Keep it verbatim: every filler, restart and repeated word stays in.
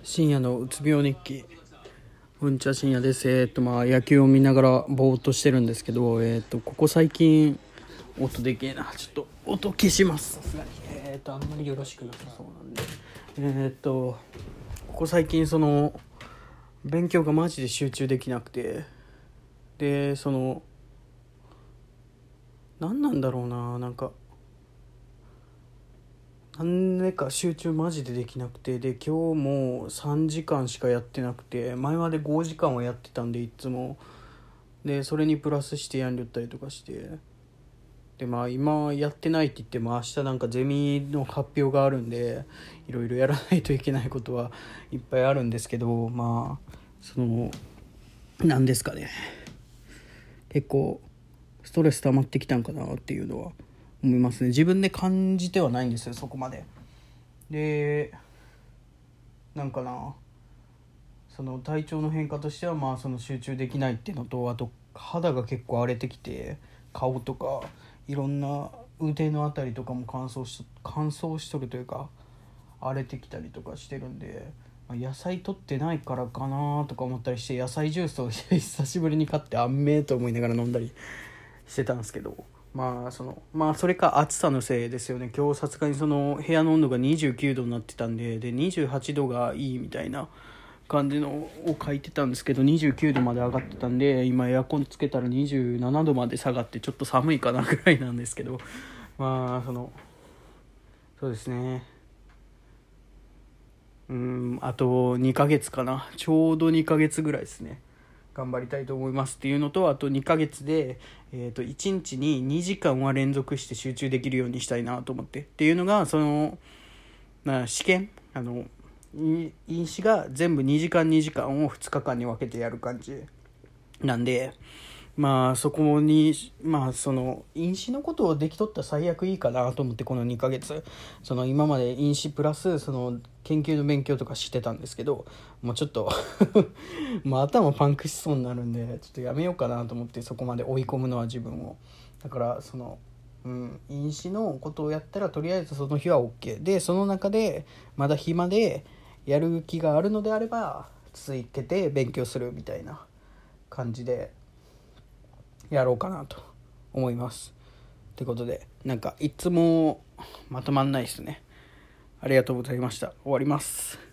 深夜のうつ病日記。こんにちは、深夜です。えっ、ー、とまあ野球を見ながらぼーっとしてるんですけど、えっ、ー、とここ最近音でけえな、ちょっと音消します。さすがにえっ、ー、とあんまりよろしくなさそうなんで、えっ、とここ最近その勉強がマジで集中できなくて、でその何なんだろうな、なんかなんでか集中マジでできなくて、で今日もさんじかんしかやってなくて、前までごじかんはやってたんで、いつもでそれにプラスしてやんりょったりとかして、でまあ今やってないって言っても明日なんかゼミの発表があるんで、いろいろやらないといけないことはいっぱいあるんですけど、まあそのなんですかね、結構ストレス溜まってきたんかなっていうのは思いますね。自分で感じてはないんですよ、そこまで。でなんかな、その体調の変化としては、まあその集中できないっていうのと、あと肌が結構荒れてきて、顔とかいろんな腕のあたりとかも乾燥し乾燥しとるというか、荒れてきたりとかしてるんで、まあ野菜取ってないからかなとか思ったりして、野菜ジュースを久しぶりに買ってあんめえと思いながら飲んだりしてたんですけど、まあそのまあそれか暑さのせいですよね。今日さすがにその部屋の温度がにじゅうきゅうどになってたんで、でにじゅうはちどがいいみたいな感じのを書いてたんですけど、にじゅうきゅうどまで上がってたんで、今エアコンつけたらにじゅうななどまで下がって、ちょっと寒いかなぐらいなんですけど、まあそのそうですね、うーんあとにかげつかな、ちょうどにかげつぐらいですね、頑張りたいと思いますっていうのと、あとにかげつで、えー、といちにちににじかんは連続して集中できるようにしたいなと思って、っていうのがその、まあ、試験あの飲酒が全部にじかんにじかんをふつかかんに分けてやる感じなんで、まあそこにまあその飲酒のことをできとったら最悪いいかなと思って、このにかげつその今まで飲酒プラスその研究の勉強とかしてたんですけど、もうちょっとまあ頭パンクしそうになるんで、ちょっとやめようかなと思って、そこまで追い込むのは自分を。だからそのうん、飲酒のことをやったらとりあえずその日は OK で、その中でまだ暇でやる気があるのであれば続けて勉強するみたいな感じでやろうかなと思います。ってことで、なんかいつもまとまんないですね。ありがとうございました。終わります。